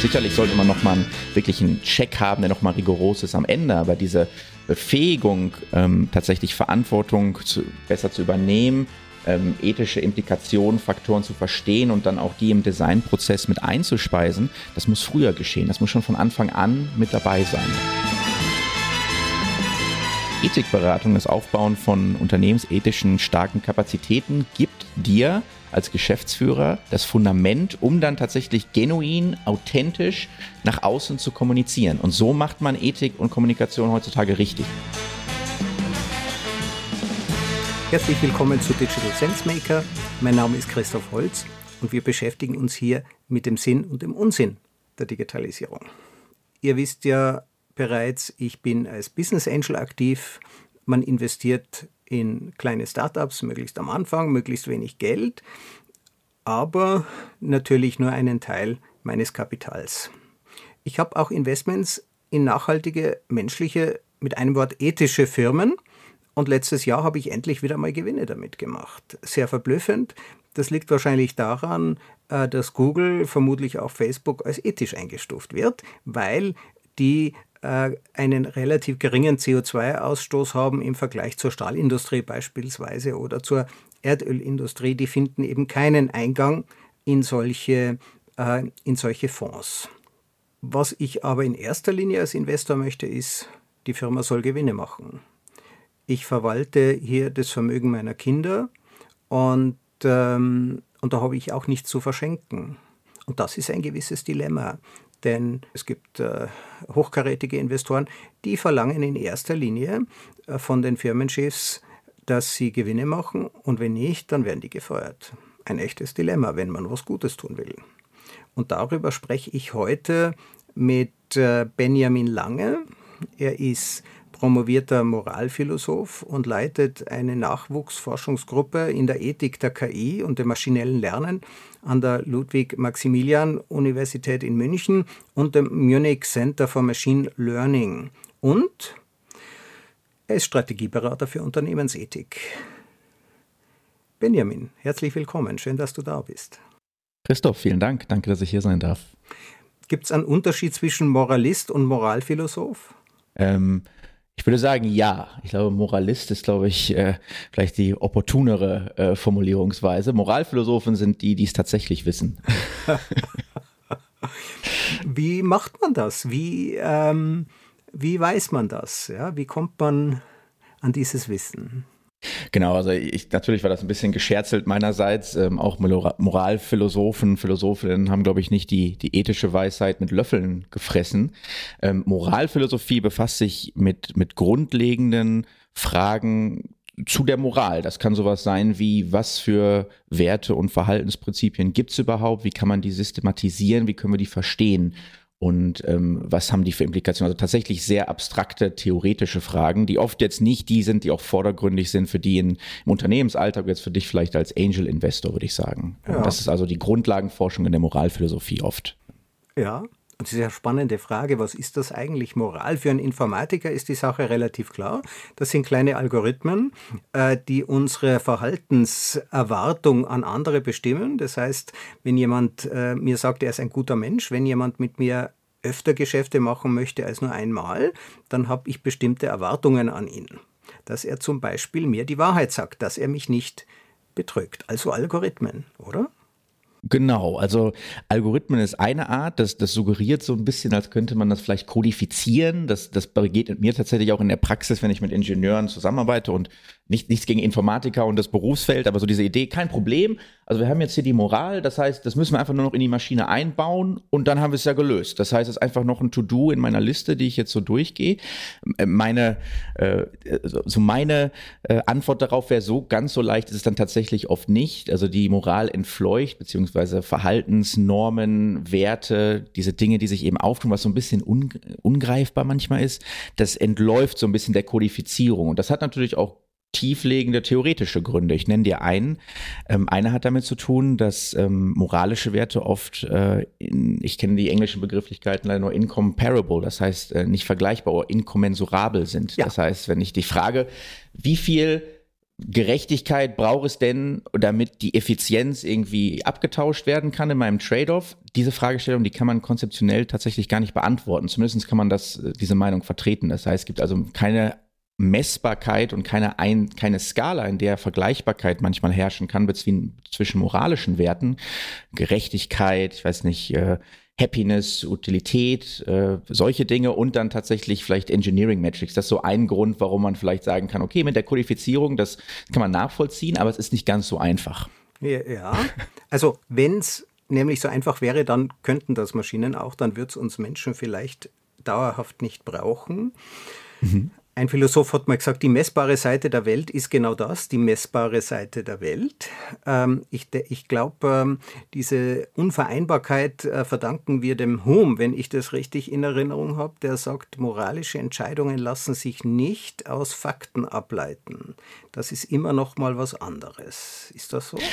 Sicherlich sollte man nochmal wirklich einen Check haben, der nochmal rigoros ist am Ende, aber diese Befähigung, tatsächlich Verantwortung besser zu übernehmen, ethische Implikationen, Faktoren zu verstehen und dann auch die im Designprozess mit einzuspeisen, das muss früher geschehen. Das muss schon von Anfang an mit dabei sein. Ethikberatung, das Aufbauen von unternehmensethischen starken Kapazitäten gibt dir als Geschäftsführer das Fundament, um dann tatsächlich genuin, authentisch nach außen zu kommunizieren. Und so macht man Ethik und Kommunikation heutzutage richtig. Herzlich willkommen zu Digital Sensemaker. Mein Name ist Christoph Holz und wir beschäftigen uns hier mit dem Sinn und dem Unsinn der Digitalisierung. Ihr wisst ja bereits, ich bin als Business Angel aktiv. Man investiert in kleine Startups, möglichst am Anfang, möglichst wenig Geld, aber natürlich nur einen Teil meines Kapitals. Ich habe auch Investments in nachhaltige, menschliche, mit einem Wort ethische Firmen. Und letztes Jahr habe ich endlich wieder mal Gewinne damit gemacht. Sehr verblüffend. Das liegt wahrscheinlich daran, dass Google, vermutlich auch Facebook, als ethisch eingestuft wird, weil die einen relativ geringen CO2-Ausstoß haben im Vergleich zur Stahlindustrie beispielsweise oder zur Erdölindustrie. Die finden eben keinen Eingang in solche Fonds. Was ich aber in erster Linie als Investor möchte, ist, die Firma soll Gewinne machen. Ich verwalte hier das Vermögen meiner Kinder und da habe ich auch nichts zu verschenken. Und das ist ein gewisses Dilemma, denn es gibt hochkarätige Investoren, die verlangen in erster Linie von den Firmenchefs, dass sie Gewinne machen und wenn nicht, dann werden die gefeuert. Ein echtes Dilemma, wenn man was Gutes tun will. Und darüber spreche ich heute mit Benjamin Lange. Er ist promovierter Moralphilosoph und leitet eine Nachwuchsforschungsgruppe in der Ethik der KI und dem maschinellen Lernen an der Ludwig-Maximilian-Universität in München und dem Munich Center for Machine Learning. Und er ist Strategieberater für Unternehmensethik. Benjamin, herzlich willkommen. Schön, dass du da bist. Christoph, vielen Dank. Danke, dass ich hier sein darf. Gibt es einen Unterschied zwischen Moralist und Moralphilosoph? Ich würde sagen, ja. Ich glaube, Moralist ist, vielleicht die opportunere Formulierungsweise. Moralphilosophen sind die, die es tatsächlich wissen. Wie macht man das? Wie weiß man das? Ja? Wie kommt man an dieses Wissen? Genau, also natürlich war das ein bisschen gescherzelt meinerseits. Auch Moralphilosophen, Philosophinnen haben, glaube ich, nicht die ethische Weisheit mit Löffeln gefressen. Moralphilosophie befasst sich mit grundlegenden Fragen zu der Moral. Das kann sowas sein wie, was für Werte und Verhaltensprinzipien gibt es überhaupt? Wie kann man die systematisieren? Wie können wir die verstehen? Und was haben die für Implikationen? Also tatsächlich sehr abstrakte, theoretische Fragen, die oft jetzt nicht die sind, die auch vordergründig sind für die im Unternehmensalltag, jetzt für dich vielleicht als Angel Investor, würde ich sagen. Ja. Das ist also die Grundlagenforschung in der Moralphilosophie oft. Ja, und das ist eine spannende Frage. Was ist das eigentlich Moral? Für einen Informatiker ist die Sache relativ klar. Das sind kleine Algorithmen, die unsere Verhaltenserwartung an andere bestimmen. Das heißt, wenn jemand mir sagt, er ist ein guter Mensch, wenn jemand mit mir öfter Geschäfte machen möchte als nur einmal, dann habe ich bestimmte Erwartungen an ihn. Dass er zum Beispiel mir die Wahrheit sagt, dass er mich nicht betrügt. Also Algorithmen, oder? Genau, also Algorithmen ist eine Art, das suggeriert so ein bisschen, als könnte man das vielleicht kodifizieren. Das begegnet mir tatsächlich auch in der Praxis, wenn ich mit Ingenieuren zusammenarbeite und nichts gegen Informatiker und das Berufsfeld, aber so diese Idee, kein Problem. Also wir haben jetzt hier die Moral, das heißt, das müssen wir einfach nur noch in die Maschine einbauen und dann haben wir es ja gelöst. Das heißt, es ist einfach noch ein To-Do in meiner Liste, die ich jetzt so durchgehe. Meine Antwort darauf wäre so, ganz so leicht ist es dann tatsächlich oft nicht. Also die Moral entfleucht, beziehungsweise Verhaltensnormen, Werte, diese Dinge, die sich eben auftun, was so ein bisschen ungreifbar manchmal ist, das entläuft so ein bisschen der Kodifizierung. Und das hat natürlich auch tieflegende theoretische Gründe. Ich nenne dir einen. Einer hat damit zu tun, dass moralische Werte oft, ich kenne die englischen Begrifflichkeiten leider nur incomparable, das heißt nicht vergleichbar oder inkommensurabel sind. Ja. Das heißt, wenn ich dich frage, wie viel Gerechtigkeit braucht es denn, damit die Effizienz irgendwie abgetauscht werden kann in meinem Trade-off? Diese Fragestellung, die kann man konzeptionell tatsächlich gar nicht beantworten. Zumindest kann man diese Meinung vertreten. Das heißt, es gibt also keine Messbarkeit und keine Skala, in der Vergleichbarkeit manchmal herrschen kann zwischen moralischen Werten, Gerechtigkeit, ich weiß nicht, Happiness, Utilität, solche Dinge und dann tatsächlich vielleicht Engineering Metrics. Das ist so ein Grund, warum man vielleicht sagen kann, okay, mit der Kodifizierung, das kann man nachvollziehen, aber es ist nicht ganz so einfach. Ja, also wenn es nämlich so einfach wäre, dann könnten das Maschinen auch, dann würde es uns Menschen vielleicht dauerhaft nicht brauchen. Mhm. Ein Philosoph hat mal gesagt, die messbare Seite der Welt ist genau das, die messbare Seite der Welt. Ich glaube, diese Unvereinbarkeit verdanken wir dem Hume, wenn ich das richtig in Erinnerung habe. Der sagt, moralische Entscheidungen lassen sich nicht aus Fakten ableiten. Das ist immer noch mal was anderes. Ist das so?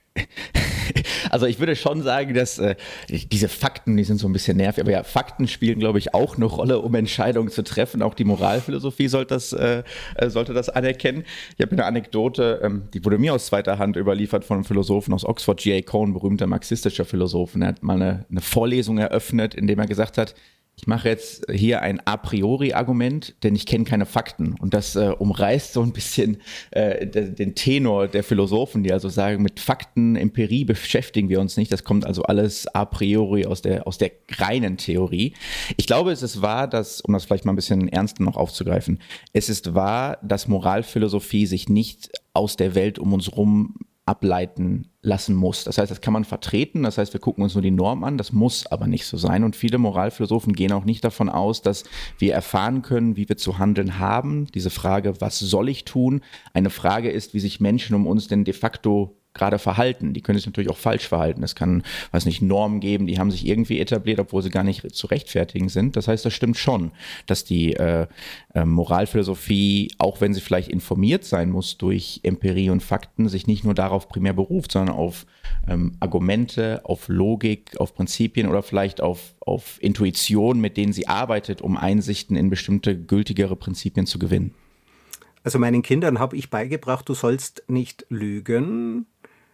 Also ich würde schon sagen, dass diese Fakten, die sind so ein bisschen nervig, aber ja, Fakten spielen, glaube ich, auch eine Rolle, um Entscheidungen zu treffen. Auch die Moralphilosophie sollte das anerkennen. Ich habe eine Anekdote, die wurde mir aus zweiter Hand überliefert von einem Philosophen aus Oxford, G.A. Cohn, berühmter marxistischer Philosoph. Er hat mal eine Vorlesung eröffnet, in dem er gesagt hat, ich mache jetzt hier ein a priori Argument, denn ich kenne keine Fakten. Und das umreißt so ein bisschen den Tenor der Philosophen, die also sagen, mit Fakten, Empirie beschäftigen wir uns nicht. Das kommt also alles a priori aus der reinen Theorie. Ich glaube, es ist wahr, um das vielleicht mal ein bisschen ernster noch aufzugreifen, es ist wahr, dass Moralphilosophie sich nicht aus der Welt um uns rum ableiten lassen muss. Das heißt, das kann man vertreten, das heißt, wir gucken uns nur die Norm an, das muss aber nicht so sein und viele Moralphilosophen gehen auch nicht davon aus, dass wir erfahren können, wie wir zu handeln haben. Diese Frage, was soll ich tun, eine Frage ist, wie sich Menschen um uns denn de facto gerade verhalten. Die können sich natürlich auch falsch verhalten. Es kann, Normen geben, die haben sich irgendwie etabliert, obwohl sie gar nicht zu rechtfertigen sind. Das heißt, das stimmt schon, dass die Moralphilosophie, auch wenn sie vielleicht informiert sein muss durch Empirie und Fakten, sich nicht nur darauf primär beruft, sondern auf Argumente, auf Logik, auf Prinzipien oder vielleicht auf Intuition, mit denen sie arbeitet, um Einsichten in bestimmte gültigere Prinzipien zu gewinnen. Also meinen Kindern habe ich beigebracht, du sollst nicht lügen.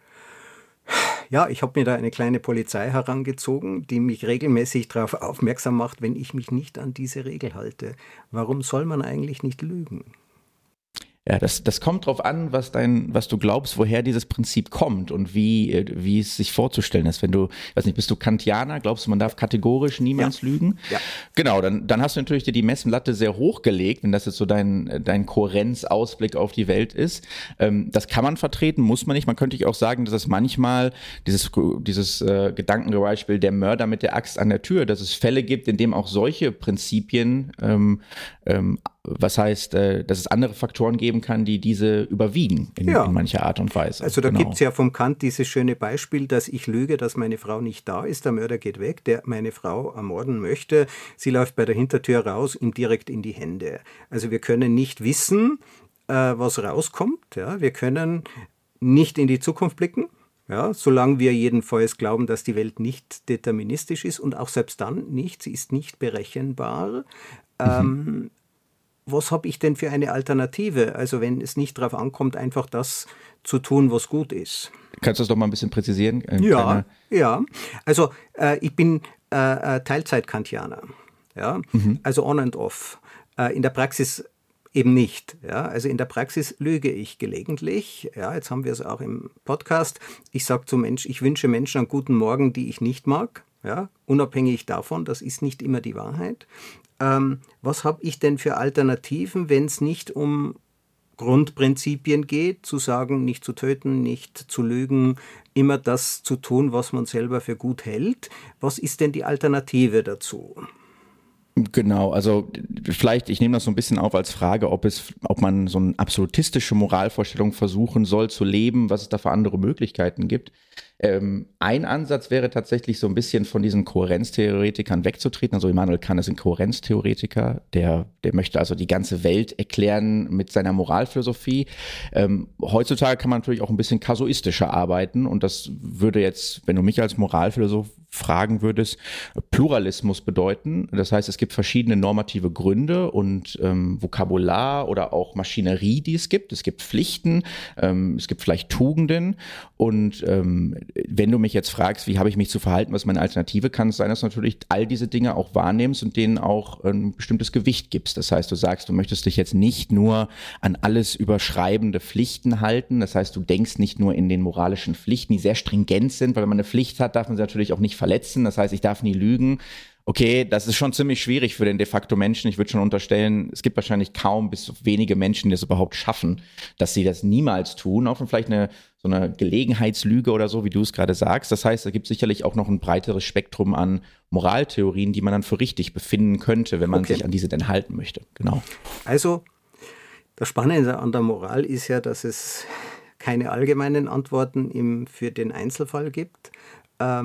Ja, ich habe mir da eine kleine Polizei herangezogen, die mich regelmäßig darauf aufmerksam macht, wenn ich mich nicht an diese Regel halte. Warum soll man eigentlich nicht lügen? Ja, das kommt drauf an, was du glaubst, woher dieses Prinzip kommt und wie es sich vorzustellen ist. Wenn du, bist du Kantianer, glaubst du, man darf kategorisch niemals lügen? Ja. Genau, dann hast du natürlich dir die Messlatte sehr hoch gelegt, wenn das jetzt so dein Kohärenzausblick auf die Welt ist. Das kann man vertreten, muss man nicht. Man könnte auch sagen, dass es manchmal dieses Gedankenbeispiel der Mörder mit der Axt an der Tür, dass es Fälle gibt, in dem auch solche Prinzipien was heißt, dass es andere Faktoren geben kann, die diese überwiegen in mancher Art und Weise. Also da gibt es ja vom Kant dieses schöne Beispiel, dass ich lüge, dass meine Frau nicht da ist, der Mörder geht weg, der meine Frau ermorden möchte, sie läuft bei der Hintertür raus, ihm direkt in die Hände. Also wir können nicht wissen, was rauskommt, ja? Wir können nicht in die Zukunft blicken, ja? Solange wir jedenfalls glauben, dass die Welt nicht deterministisch ist und auch selbst dann nicht, sie ist nicht berechenbar. Was habe ich denn für eine Alternative? Also wenn es nicht darauf ankommt, einfach das zu tun, was gut ist. Kannst du das doch mal ein bisschen präzisieren? Ja. Also ich bin Teilzeit-Kantianer. Ja? Also on and off. In der Praxis eben nicht. Ja? Also in der Praxis lüge ich gelegentlich. Ja? Jetzt haben wir es auch im Podcast. Ich sage zu Menschen, ich wünsche Menschen einen guten Morgen, die ich nicht mag. Ja? Unabhängig davon, das ist nicht immer die Wahrheit. Was habe ich denn für Alternativen, wenn es nicht um Grundprinzipien geht, zu sagen, nicht zu töten, nicht zu lügen, immer das zu tun, was man selber für gut hält? Was ist denn die Alternative dazu? Genau, also vielleicht, ich nehme das so ein bisschen auf als Frage, ob man so eine absolutistische Moralvorstellung versuchen soll zu leben, was es da für andere Möglichkeiten gibt. Ein Ansatz wäre tatsächlich so ein bisschen von diesen Kohärenztheoretikern wegzutreten. Also Immanuel Kant ist ein Kohärenztheoretiker, der möchte also die ganze Welt erklären mit seiner Moralphilosophie. Heutzutage kann man natürlich auch ein bisschen kasuistischer arbeiten und das würde jetzt, wenn du mich als Moralphilosoph fragen würdest, Pluralismus bedeuten. Das heißt, es gibt verschiedene normative Gründe und Vokabular oder auch Maschinerie, die es gibt. Es gibt Pflichten, es gibt vielleicht Tugenden. Und wenn du mich jetzt fragst, wie habe ich mich zu verhalten, was meine Alternative, kann es sein, dass du natürlich all diese Dinge auch wahrnimmst und denen auch ein bestimmtes Gewicht gibst. Das heißt, du sagst, du möchtest dich jetzt nicht nur an alles überschreibende Pflichten halten. Das heißt, du denkst nicht nur in den moralischen Pflichten, die sehr stringent sind, weil wenn man eine Pflicht hat, darf man sie natürlich auch nicht verletzen. Das heißt, ich darf nie lügen. Okay, das ist schon ziemlich schwierig für den de facto Menschen. Ich würde schon unterstellen, es gibt wahrscheinlich kaum bis wenige Menschen, die es überhaupt schaffen, dass sie das niemals tun. Auch vielleicht so eine Gelegenheitslüge oder so, wie du es gerade sagst. Das heißt, da gibt es sicherlich auch noch ein breiteres Spektrum an Moraltheorien, die man dann für richtig befinden könnte, wenn man sich an diese denn halten möchte. Genau. Also, das Spannende an der Moral ist ja, dass es keine allgemeinen Antworten für den Einzelfall gibt. Da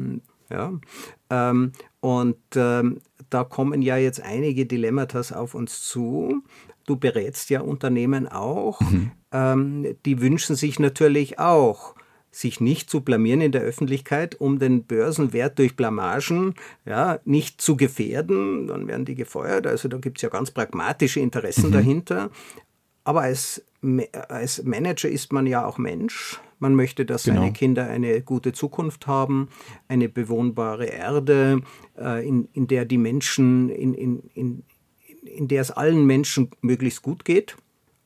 kommen ja jetzt einige Dilemmata auf uns zu. Du berätst ja Unternehmen auch. Die wünschen sich natürlich auch, sich nicht zu blamieren in der Öffentlichkeit, um den Börsenwert durch Blamagen nicht zu gefährden. Dann werden die gefeuert. Also da gibt es ja ganz pragmatische Interessen dahinter. Aber als Manager ist man ja auch Mensch. Man möchte, dass seine Kinder eine gute Zukunft haben, eine bewohnbare Erde, in der die Menschen, in der es allen Menschen möglichst gut geht.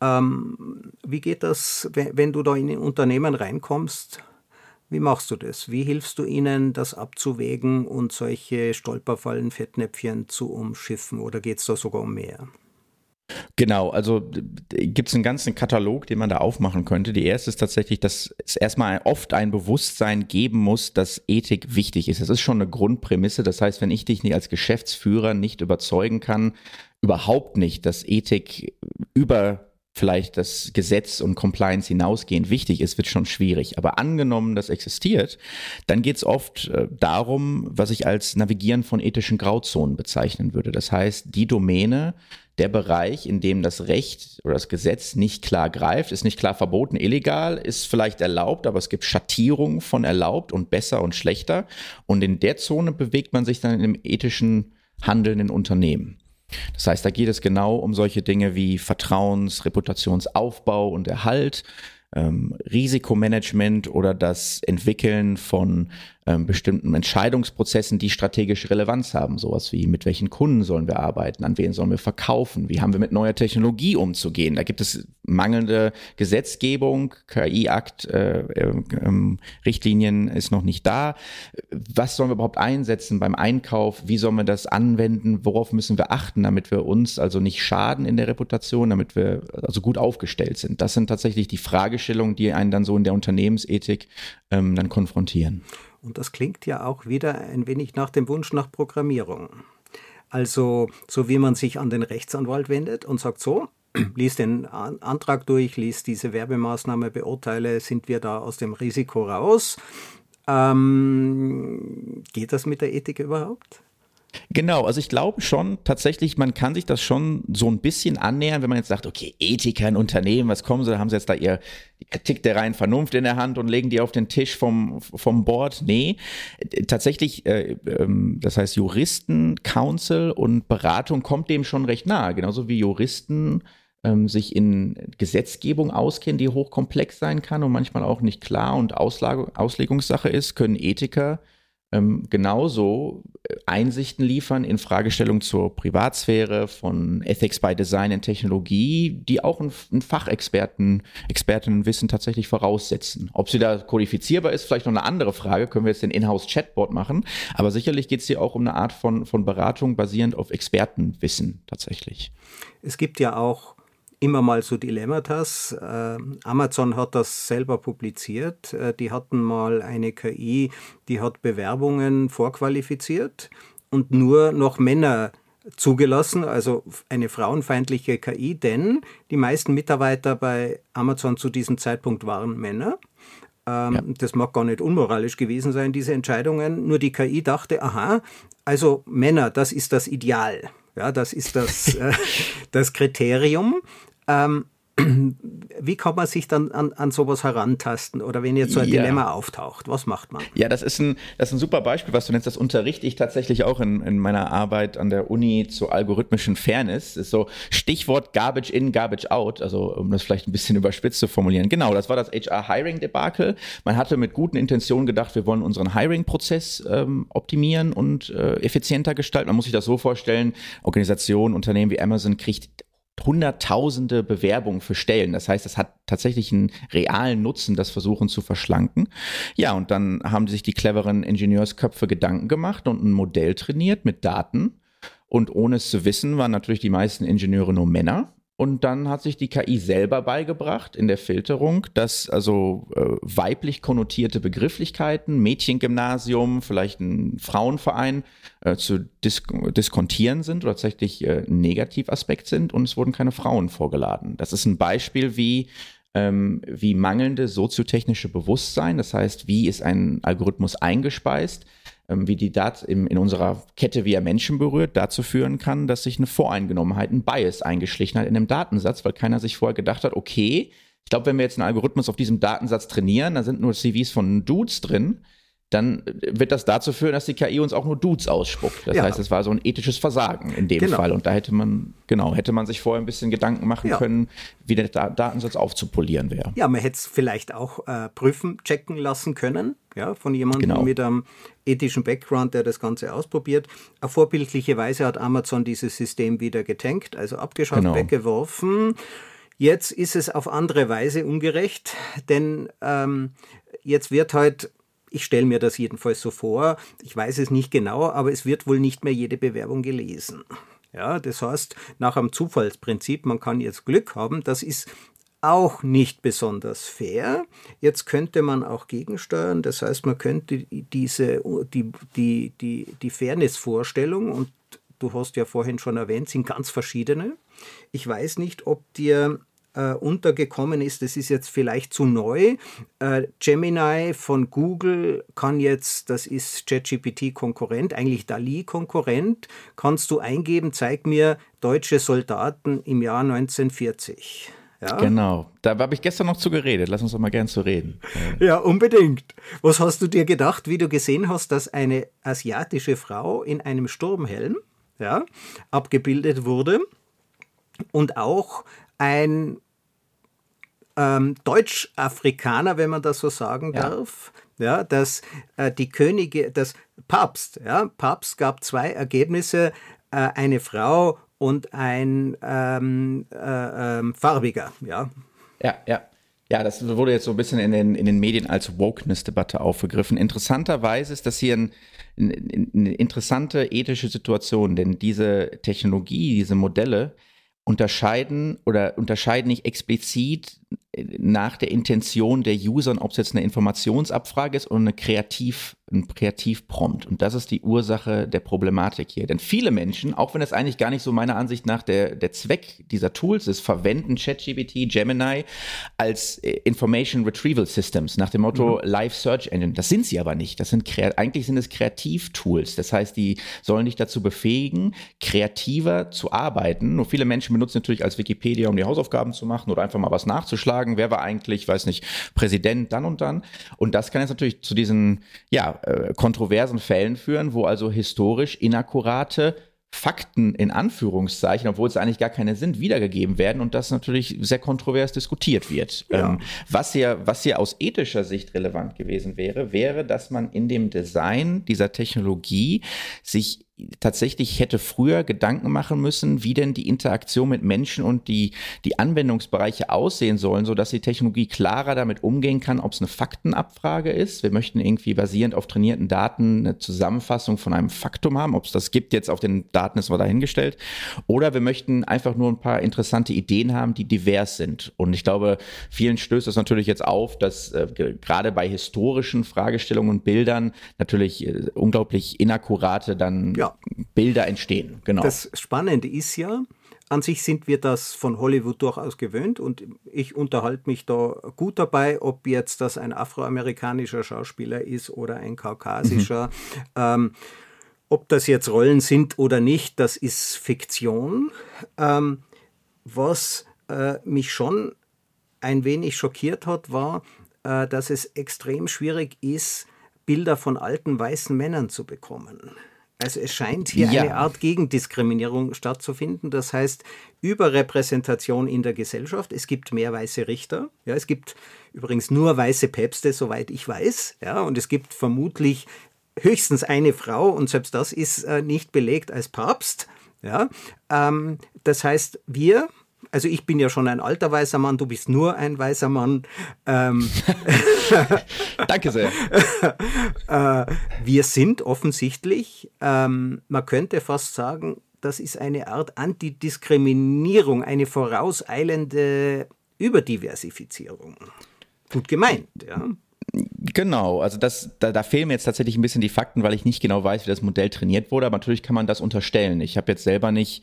Wie geht das, wenn du da in ein Unternehmen reinkommst? Wie machst du das? Wie hilfst du ihnen, das abzuwägen und solche Stolperfallen, Fettnäpfchen zu umschiffen? Oder geht es da sogar um mehr? Genau, also gibt es einen ganzen Katalog, den man da aufmachen könnte. Die erste ist tatsächlich, dass es erstmal oft ein Bewusstsein geben muss, dass Ethik wichtig ist. Das ist schon eine Grundprämisse. Das heißt, wenn ich dich nicht als Geschäftsführer nicht überzeugen kann, überhaupt nicht, dass Ethik über vielleicht das Gesetz und Compliance hinausgehend wichtig ist, wird schon schwierig. Aber angenommen, das existiert, dann geht es oft darum, was ich als Navigieren von ethischen Grauzonen bezeichnen würde. Das heißt, die Domäne, der Bereich, in dem das Recht oder das Gesetz nicht klar greift, ist nicht klar verboten, illegal, ist vielleicht erlaubt, aber es gibt Schattierungen von erlaubt und besser und schlechter. Und in der Zone bewegt man sich dann im ethischen Handeln in Unternehmen. Das heißt, da geht es genau um solche Dinge wie Reputationsaufbau und Erhalt, Risikomanagement oder das Entwickeln von bestimmten Entscheidungsprozessen, die strategische Relevanz haben. Sowas wie, mit welchen Kunden sollen wir arbeiten, an wen sollen wir verkaufen, wie haben wir mit neuer Technologie umzugehen. Da gibt es mangelnde Gesetzgebung, KI-Akt, Richtlinien ist noch nicht da. Was sollen wir überhaupt einsetzen beim Einkauf? Wie sollen wir das anwenden? Worauf müssen wir achten, damit wir uns also nicht schaden in der Reputation, damit wir also gut aufgestellt sind? Das sind tatsächlich die Fragestellungen, die einen dann so in der Unternehmensethik dann konfrontieren. Und das klingt ja auch wieder ein wenig nach dem Wunsch nach Programmierung. Also so wie man sich an den Rechtsanwalt wendet und sagt so, lies den Antrag durch, lies diese Werbemaßnahme, beurteile, sind wir da aus dem Risiko raus. Geht das mit der Ethik überhaupt? Genau, also ich glaube schon tatsächlich, man kann sich das schon so ein bisschen annähern, wenn man jetzt sagt, okay, Ethiker in Unternehmen, was kommen sie, da haben sie jetzt da die Kritik der reinen Vernunft in der Hand und legen die auf den Tisch vom Board. Nee, tatsächlich, das heißt Juristen, Counsel und Beratung kommt dem schon recht nahe, genauso wie Juristen sich in Gesetzgebung auskennen, die hochkomplex sein kann und manchmal auch nicht klar und Auslegungssache ist, können Ethiker genauso Einsichten liefern in Fragestellungen zur Privatsphäre, von Ethics by Design in Technologie, die auch ein Fachexpertinnenwissen tatsächlich voraussetzen. Ob sie da kodifizierbar ist, vielleicht noch eine andere Frage, können wir jetzt den Inhouse-Chatbot machen, aber sicherlich geht es hier auch um eine Art von Beratung basierend auf Expertenwissen tatsächlich. Es gibt ja auch immer mal so Dilemmatas. Amazon hat das selber publiziert. Die hatten mal eine KI, die hat Bewerbungen vorqualifiziert und nur noch Männer zugelassen, also eine frauenfeindliche KI, denn die meisten Mitarbeiter bei Amazon zu diesem Zeitpunkt waren Männer. Das mag gar nicht unmoralisch gewesen sein, diese Entscheidungen. Nur die KI dachte, aha, also Männer, das ist das Ideal. Ja, das ist das Kriterium. wie kann man sich dann an sowas herantasten? Oder wenn jetzt so ein Dilemma auftaucht, was macht man? Ja, das ist ein super Beispiel, was du nennst. Das unterrichte ich tatsächlich auch in meiner Arbeit an der Uni zur algorithmischen Fairness. Das ist so Stichwort Garbage in, Garbage out. Also um das vielleicht ein bisschen überspitzt zu formulieren. Genau, das war das HR-Hiring-Debakel. Man hatte mit guten Intentionen gedacht, wir wollen unseren Hiring-Prozess optimieren und effizienter gestalten. Man muss sich das so vorstellen, Organisationen, Unternehmen wie Amazon kriegt Hunderttausende Bewerbungen für Stellen. Das heißt, es hat tatsächlich einen realen Nutzen, das versuchen zu verschlanken. Ja, und dann haben sich die cleveren Ingenieursköpfe Gedanken gemacht und ein Modell trainiert mit Daten. Und ohne es zu wissen, waren natürlich die meisten Ingenieure nur Männer. Und dann hat sich die KI selber beigebracht in der Filterung, dass also weiblich konnotierte Begrifflichkeiten, Mädchengymnasium, vielleicht ein Frauenverein zu diskontieren sind oder tatsächlich ein Negativaspekt sind und es wurden keine Frauen vorgeladen. Das ist ein Beispiel, wie mangelnde soziotechnische Bewusstsein, das heißt, wie ist ein Algorithmus eingespeist, wie die in unserer Kette, wie er Menschen berührt, dazu führen kann, dass sich eine Voreingenommenheit, ein Bias eingeschlichen hat in dem Datensatz, weil keiner sich vorher gedacht hat, okay, ich glaube, wenn wir jetzt einen Algorithmus auf diesem Datensatz trainieren, da sind nur CVs von Dudes drin, dann wird das dazu führen, dass die KI uns auch nur Dudes ausspuckt. Das heißt, es war so ein ethisches Versagen in dem Fall. Und da hätte man sich vorher ein bisschen Gedanken machen können, wie der Datensatz aufzupolieren wäre. Ja, man hätte es vielleicht auch checken lassen können, von jemandem mit einem ethischen Background, der das Ganze ausprobiert. Auf vorbildliche Weise hat Amazon dieses System wieder getankt, also abgeschafft, weggeworfen. Jetzt ist es auf andere Weise ungerecht, denn jetzt wird halt, ich stelle mir das jedenfalls so vor, ich weiß es nicht genau, aber es wird wohl nicht mehr jede Bewerbung gelesen. Ja, das heißt, nach einem Zufallsprinzip, man kann jetzt Glück haben, das ist auch nicht besonders fair. Jetzt könnte man auch gegensteuern, das heißt, man könnte die Fairness-Vorstellung, und du hast ja vorhin schon erwähnt, sind ganz verschiedene. Ich weiß nicht, ob dir untergekommen ist, das ist jetzt vielleicht zu neu. Gemini von Google kann jetzt, das ist ChatGPT-Konkurrent, eigentlich DALL-E-Konkurrent, kannst du eingeben, zeig mir deutsche Soldaten im Jahr 1940. Ja? Genau, da habe ich gestern noch zu geredet, lass uns doch mal gern zu reden. Ja, unbedingt. Was hast du dir gedacht, wie du gesehen hast, dass eine asiatische Frau in einem Sturmhelm abgebildet wurde und auch ein Deutsch-Afrikaner, wenn man das so sagen darf, dass die Könige, das Papst gab 2 Ergebnisse, eine Frau und ein Farbiger, Ja, das wurde jetzt so ein bisschen in den Medien als Wokeness-Debatte aufgegriffen. Interessanterweise ist das hier eine interessante ethische Situation, denn diese Technologie, diese Modelle unterscheiden nicht explizit nach der Intention der User, ob es jetzt eine Informationsabfrage ist oder ein Kreativprompt. Und das ist die Ursache der Problematik hier. Denn viele Menschen, auch wenn es eigentlich gar nicht so meiner Ansicht nach der Zweck dieser Tools ist, verwenden ChatGPT, Gemini als Information Retrieval Systems nach dem Motto Live Search Engine. Das sind sie aber nicht. Eigentlich sind es Kreativtools. Das heißt, die sollen dich dazu befähigen, kreativer zu arbeiten. Nur viele Menschen benutzen natürlich als Wikipedia, um die Hausaufgaben zu machen oder einfach mal was nachzuschlagen. Wer war eigentlich, weiß nicht, Präsident dann und dann. Und das kann jetzt natürlich zu diesen, kontroversen Fällen führen, wo also historisch inakkurate Fakten in Anführungszeichen, obwohl es eigentlich gar keine sind, wiedergegeben werden und das natürlich sehr kontrovers diskutiert wird. Ja. Was hier aus ethischer Sicht relevant gewesen wäre, dass man in dem Design dieser Technologie sich tatsächlich hätte früher Gedanken machen müssen, wie denn die Interaktion mit Menschen und die Anwendungsbereiche aussehen sollen, sodass die Technologie klarer damit umgehen kann, ob es eine Faktenabfrage ist. Wir möchten irgendwie basierend auf trainierten Daten eine Zusammenfassung von einem Faktum haben. Ob es das gibt jetzt auf den Daten, ist mal dahingestellt. Oder wir möchten einfach nur ein paar interessante Ideen haben, die divers sind. Und ich glaube, vielen stößt es natürlich jetzt auf, dass gerade bei historischen Fragestellungen und Bildern natürlich unglaublich inakkurate Bilder entstehen. Genau. Das Spannende ist ja, an sich sind wir das von Hollywood durchaus gewöhnt und ich unterhalte mich da gut dabei, ob jetzt das ein afroamerikanischer Schauspieler ist oder ein kaukasischer. Ob das jetzt Rollen sind oder nicht, das ist Fiktion. Was mich schon ein wenig schockiert hat, war, dass es extrem schwierig ist, Bilder von alten weißen Männern zu bekommen. Also es scheint hier eine Art Gegendiskriminierung stattzufinden. Das heißt, Überrepräsentation in der Gesellschaft. Es gibt mehr weiße Richter. Ja, es gibt übrigens nur weiße Päpste, soweit ich weiß. Ja, und es gibt vermutlich höchstens eine Frau, und selbst das ist nicht belegt als Papst. Ja, das heißt, also ich bin ja schon ein alter weißer Mann, du bist nur ein weißer Mann. Danke sehr. Wir sind offensichtlich, man könnte fast sagen, das ist eine Art Antidiskriminierung, eine vorauseilende Überdiversifizierung. Gut gemeint, ja. Genau, also da fehlen mir jetzt tatsächlich ein bisschen die Fakten, weil ich nicht genau weiß, wie das Modell trainiert wurde, aber natürlich kann man das unterstellen. Ich habe jetzt selber nicht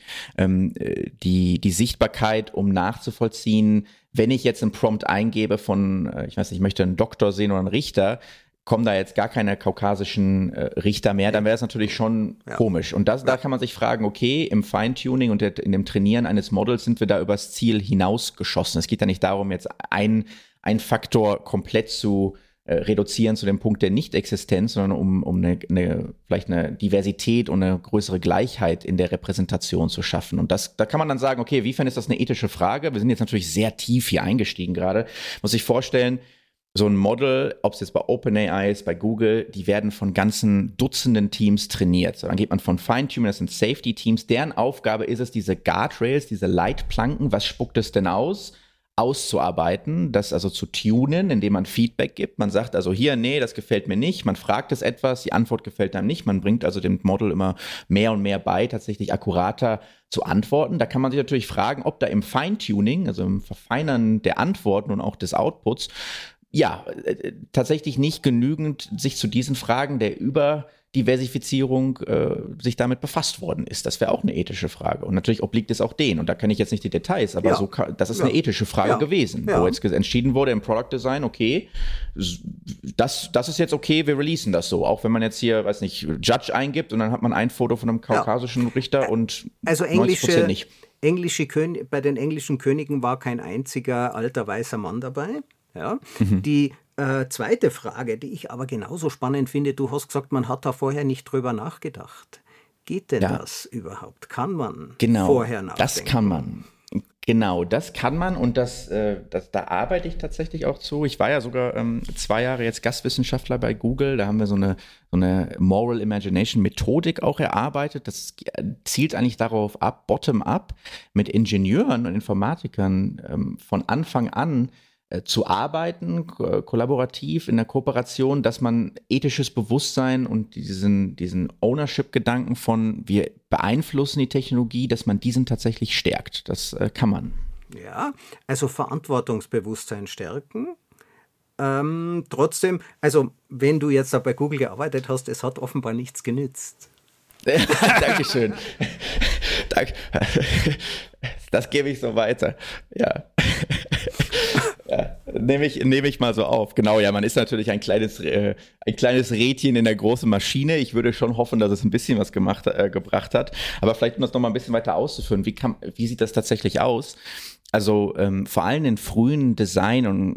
die Sichtbarkeit, um nachzuvollziehen, wenn ich jetzt einen Prompt eingebe von, ich weiß nicht, ich möchte einen Doktor sehen oder einen Richter, kommen da jetzt gar keine kaukasischen Richter mehr, dann wäre es natürlich schon komisch. Und da kann man sich fragen, okay, im Feintuning und in dem Trainieren eines Models sind wir da übers Ziel hinausgeschossen. Es geht ja nicht darum, jetzt ein Faktor komplett zu reduzieren zu dem Punkt der Nichtexistenz, sondern um vielleicht eine Diversität und eine größere Gleichheit in der Repräsentation zu schaffen. Und da kann man dann sagen, okay, wiefern ist das eine ethische Frage? Wir sind jetzt natürlich sehr tief hier eingestiegen gerade. Muss ich vorstellen, so ein Model, ob es jetzt bei OpenAI ist, bei Google, die werden von ganzen Dutzenden Teams trainiert. So, dann geht man von Feintuning, das sind Safety-Teams. Deren Aufgabe ist es, diese Guardrails, diese Leitplanken, was spuckt es denn auszuarbeiten, das also zu tunen, indem man Feedback gibt. Man sagt also hier, nee, das gefällt mir nicht. Man fragt es etwas, die Antwort gefällt einem nicht. Man bringt also dem Model immer mehr und mehr bei, tatsächlich akkurater zu antworten. Da kann man sich natürlich fragen, ob da im Feintuning, also im Verfeinern der Antworten und auch des Outputs, tatsächlich nicht genügend sich zu diesen Fragen der Überdiversifizierung sich damit befasst worden ist. Das wäre auch eine ethische Frage. Und natürlich obliegt es auch denen. Und da kenne ich jetzt nicht die Details, aber das ist eine ethische Frage gewesen, wo jetzt entschieden wurde im Product Design, okay, das ist jetzt okay, wir releasen das so. Auch wenn man jetzt hier, weiß nicht, Judge eingibt und dann hat man ein Foto von einem kaukasischen Richter und also 90% nicht. Bei den englischen Königen war kein einziger alter weißer Mann dabei. Ja. Die zweite Frage, die ich aber genauso spannend finde, du hast gesagt, man hat da vorher nicht drüber nachgedacht. Geht denn das überhaupt? Kann man vorher nachdenken? Das kann man. Genau, das kann man und da arbeite ich tatsächlich auch zu. Ich war ja sogar 2 Jahre jetzt Gastwissenschaftler bei Google. Da haben wir so eine Moral Imagination Methodik auch erarbeitet. Das zielt eigentlich darauf ab, bottom-up, mit Ingenieuren und Informatikern von Anfang an zu arbeiten, kollaborativ in der Kooperation, dass man ethisches Bewusstsein und diesen Ownership-Gedanken von wir beeinflussen die Technologie, dass man diesen tatsächlich stärkt. Das kann man. Ja, also Verantwortungsbewusstsein stärken. Trotzdem, also wenn du jetzt da bei Google gearbeitet hast, es hat offenbar nichts genützt. Dankeschön. Das gebe ich so weiter. Ja. Ja, nehme ich mal so auf. Genau, ja, man ist natürlich ein kleines Rädchen in der großen Maschine. Ich würde schon hoffen, dass es ein bisschen was gebracht hat. Aber vielleicht, um das noch mal ein bisschen weiter auszuführen, wie sieht das tatsächlich aus? Also vor allem in frühen Design- und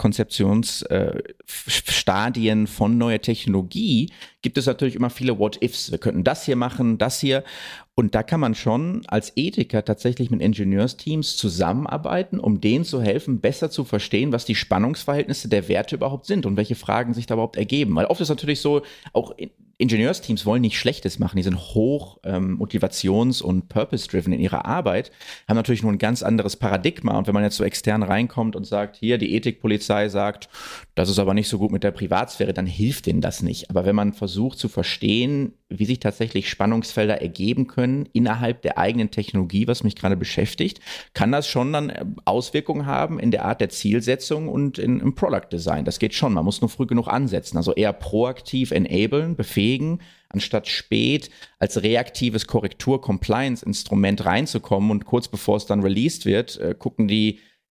Konzeptionsstadien von neuer Technologie gibt es natürlich immer viele What-Ifs. Wir könnten das hier machen, das hier. Und da kann man schon als Ethiker tatsächlich mit Ingenieursteams zusammenarbeiten, um denen zu helfen, besser zu verstehen, was die Spannungsverhältnisse der Werte überhaupt sind und welche Fragen sich da überhaupt ergeben. Weil oft ist natürlich so, auch Ingenieursteams wollen nicht Schlechtes machen, die sind hoch motivations- und purpose-driven in ihrer Arbeit, haben natürlich nur ein ganz anderes Paradigma. Und wenn man jetzt so extern reinkommt und sagt, hier, die Ethikpolizei sagt, das ist aber nicht so gut mit der Privatsphäre, dann hilft denen das nicht. Aber wenn man versucht zu verstehen, wie sich tatsächlich Spannungsfelder ergeben können innerhalb der eigenen Technologie, was mich gerade beschäftigt, kann das schon dann Auswirkungen haben in der Art der Zielsetzung und im Product Design. Das geht schon, man muss nur früh genug ansetzen. Also eher proaktiv enablen, befähigen, anstatt spät als reaktives Korrektur-Compliance-Instrument reinzukommen und kurz bevor es dann released wird, gucken die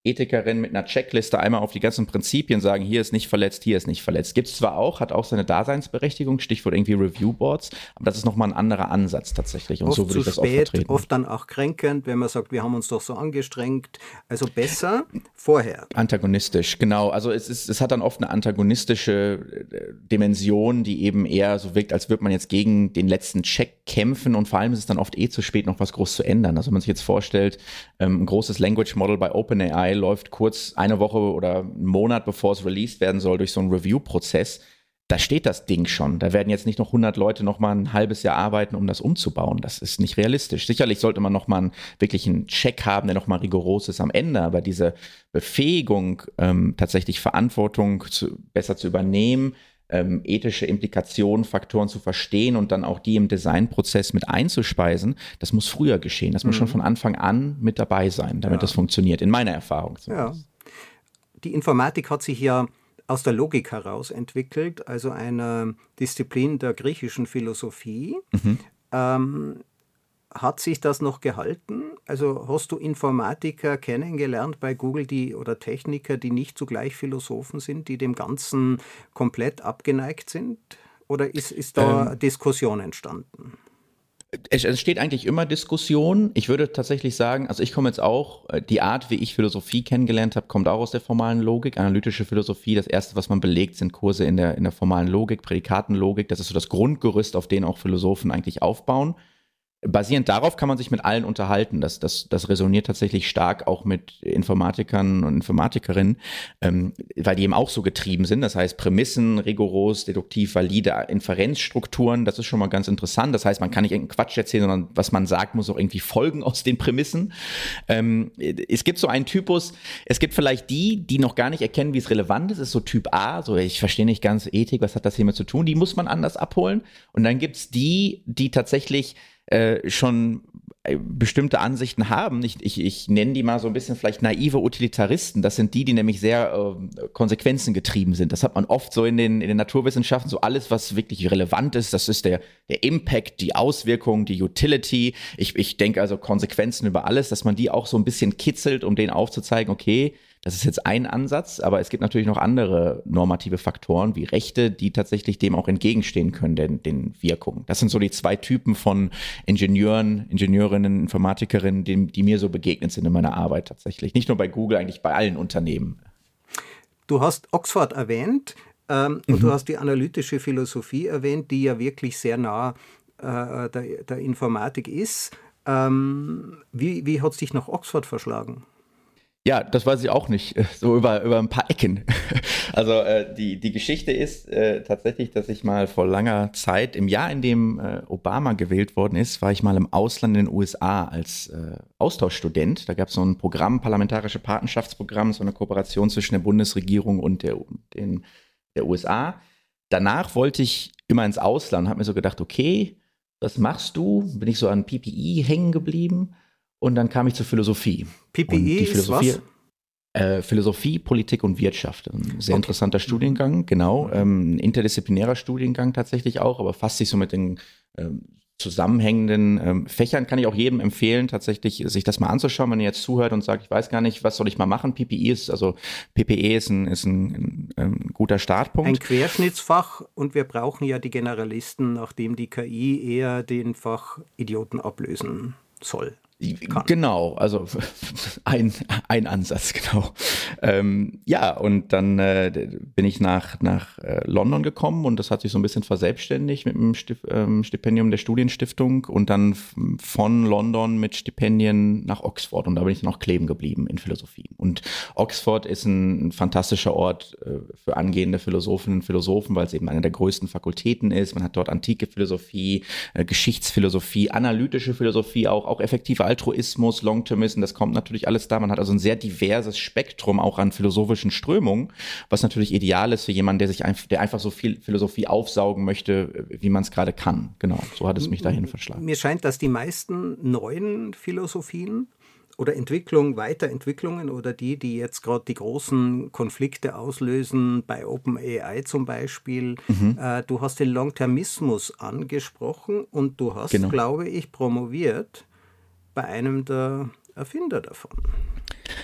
Ethikerin mit einer Checkliste einmal auf die ganzen Prinzipien sagen, hier ist nicht verletzt, hier ist nicht verletzt. Gibt es zwar auch, hat auch seine Daseinsberechtigung, Stichwort irgendwie Review-Boards, aber das ist nochmal ein anderer Ansatz tatsächlich. Und oft so würde ich das auch vertreten. Oft dann auch kränkend, wenn man sagt, wir haben uns doch so angestrengt. Also besser vorher. Antagonistisch, genau. Also es hat dann oft eine antagonistische Dimension, die eben eher so wirkt, als würde man jetzt gegen den letzten Check kämpfen und vor allem ist es dann oft zu spät, noch was groß zu ändern. Also wenn man sich jetzt vorstellt, ein großes Language Model bei OpenAI läuft kurz eine Woche oder einen Monat, bevor es released werden soll, durch so einen Review-Prozess. Da steht das Ding schon. Da werden jetzt nicht noch 100 Leute noch mal ein halbes Jahr arbeiten, um das umzubauen. Das ist nicht realistisch. Sicherlich sollte man noch mal wirklich einen Check haben, der noch mal rigoros ist am Ende. Aber diese Befähigung, tatsächlich Verantwortung besser zu übernehmen, ethische Implikationen, Faktoren zu verstehen und dann auch die im Designprozess mit einzuspeisen, das muss früher geschehen. Das muss schon von Anfang an mit dabei sein, damit das funktioniert, in meiner Erfahrung zumindest. Ja. Die Informatik hat sich ja aus der Logik heraus entwickelt, also einer Disziplin der griechischen Philosophie. Hat sich das noch gehalten? Also hast du Informatiker kennengelernt bei Google oder Techniker, die nicht zugleich Philosophen sind, die dem Ganzen komplett abgeneigt sind? Oder ist da Diskussion entstanden? Es steht eigentlich immer Diskussion. Ich würde tatsächlich sagen, also ich komme jetzt auch, die Art, wie ich Philosophie kennengelernt habe, kommt auch aus der formalen Logik. Analytische Philosophie, das erste, was man belegt, sind Kurse in der formalen Logik, Prädikatenlogik. Das ist so das Grundgerüst, auf den auch Philosophen eigentlich aufbauen. Basierend darauf kann man sich mit allen unterhalten. Das resoniert tatsächlich stark auch mit Informatikern und Informatikerinnen, weil die eben auch so getrieben sind. Das heißt, Prämissen, rigoros, deduktiv, valide Inferenzstrukturen, das ist schon mal ganz interessant. Das heißt, man kann nicht irgendeinen Quatsch erzählen, sondern was man sagt, muss auch irgendwie folgen aus den Prämissen. Es gibt so einen Typus, es gibt vielleicht die noch gar nicht erkennen, wie es relevant ist. Das ist so Typ A, so ich verstehe nicht ganz Ethik, was hat das hiermit zu tun? Die muss man anders abholen. Und dann gibt's die tatsächlich schon bestimmte Ansichten haben. Ich nenne die mal so ein bisschen vielleicht naive Utilitaristen. Das sind die nämlich sehr konsequenzengetrieben sind. Das hat man oft so in den Naturwissenschaften, so alles, was wirklich relevant ist. Das ist der Impact, die Auswirkung, die Utility. Ich denke also Konsequenzen über alles, dass man die auch so ein bisschen kitzelt, um denen aufzuzeigen, okay, das ist jetzt ein Ansatz, aber es gibt natürlich noch andere normative Faktoren wie Rechte, die tatsächlich dem auch entgegenstehen können, den Wirkungen. Das sind so die zwei Typen von Ingenieurinnen, Informatikerinnen, die mir so begegnet sind in meiner Arbeit tatsächlich. Nicht nur bei Google, eigentlich bei allen Unternehmen. Du hast Oxford erwähnt und du hast die analytische Philosophie erwähnt, die ja wirklich sehr nah der Informatik ist. Wie hat es dich nach Oxford verschlagen? Ja, das weiß ich auch nicht, so über ein paar Ecken. Also die Geschichte ist tatsächlich, dass ich mal vor langer Zeit, im Jahr, in dem Obama gewählt worden ist, war ich mal im Ausland in den USA als Austauschstudent. Da gab es so ein Programm, parlamentarische Patenschaftsprogramm, so eine Kooperation zwischen der Bundesregierung und der USA. Danach wollte ich immer ins Ausland, habe mir so gedacht, okay, was machst du? Bin ich so an PPE hängen geblieben. Und dann kam ich zur Philosophie. PPE ist was? Philosophie, Politik und Wirtschaft. Ein sehr interessanter Studiengang, genau. Ein interdisziplinärer Studiengang tatsächlich auch, aber fasst sich so mit den zusammenhängenden Fächern. Kann ich auch jedem empfehlen, tatsächlich sich das mal anzuschauen, wenn ihr jetzt zuhört und sagt, ich weiß gar nicht, was soll ich mal machen. PPE ist ein guter Startpunkt. Ein Querschnittsfach und wir brauchen ja die Generalisten, nachdem die KI eher den Fachidioten ablösen soll. Kann. Genau, also ein Ansatz, genau. Ja, und dann bin ich nach London gekommen und das hat sich so ein bisschen verselbstständigt mit dem Stipendium der Studienstiftung und dann von London mit Stipendien nach Oxford und da bin ich dann auch kleben geblieben in Philosophie. Und Oxford ist ein fantastischer Ort für angehende Philosophinnen und Philosophen, weil es eben eine der größten Fakultäten ist. Man hat dort antike Philosophie, Geschichtsphilosophie, analytische Philosophie, auch effektive Altruismus, Long-Termism, das kommt natürlich alles da. Man hat also ein sehr diverses Spektrum auch an philosophischen Strömungen, was natürlich ideal ist für jemanden, der einfach so viel Philosophie aufsaugen möchte, wie man es gerade kann. Genau, so hat es mich dahin verschlagen. Mir scheint, dass die meisten neuen Philosophien oder Weiterentwicklungen oder die jetzt gerade die großen Konflikte auslösen, bei OpenAI zum Beispiel. Du hast den Long-Termismus angesprochen und du hast, glaube ich, promoviert bei einem der Erfinder davon.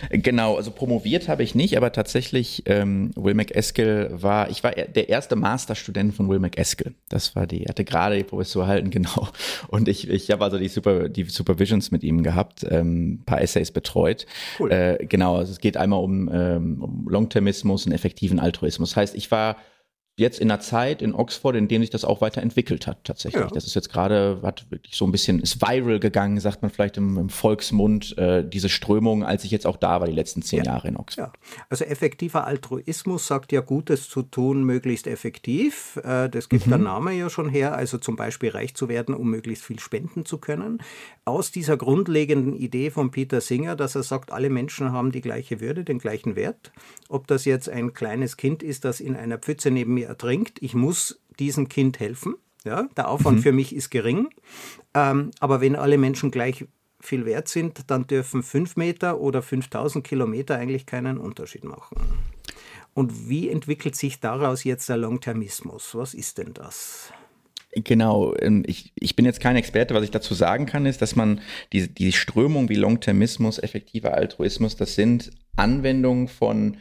Genau, also promoviert habe ich nicht, aber tatsächlich Will MacAskill ich war der erste Masterstudent von Will MacAskill. Er hatte gerade die Professur erhalten, genau. Und ich habe also die Supervisions mit ihm gehabt, ein paar Essays betreut. Cool. Genau, also es geht einmal um Longtermismus und effektiven Altruismus. Das heißt, ich war jetzt in einer Zeit in Oxford, in dem sich das auch weiterentwickelt hat, tatsächlich. Ja. Das ist jetzt gerade, hat wirklich so ein bisschen, ist viral gegangen, sagt man vielleicht im Volksmund, diese Strömung, als ich jetzt auch da war, die letzten 10 Jahre in Oxford. Ja, also effektiver Altruismus sagt ja, Gutes zu tun, möglichst effektiv. Das gibt der Name ja schon her, also zum Beispiel reich zu werden, um möglichst viel spenden zu können. Aus dieser grundlegenden Idee von Peter Singer, dass er sagt, alle Menschen haben die gleiche Würde, den gleichen Wert. Ob das jetzt ein kleines Kind ist, das in einer Pfütze neben mir ertrinkt, ich muss diesem Kind helfen. Ja, der Aufwand für mich ist gering. Aber wenn alle Menschen gleich viel wert sind, dann dürfen 5 Meter oder 5000 Kilometer eigentlich keinen Unterschied machen. Und wie entwickelt sich daraus jetzt der Longtermismus? Was ist denn das? Genau, ich bin jetzt kein Experte, was ich dazu sagen kann, ist, dass man die Strömung wie Longtermismus, effektiver Altruismus, das sind Anwendungen von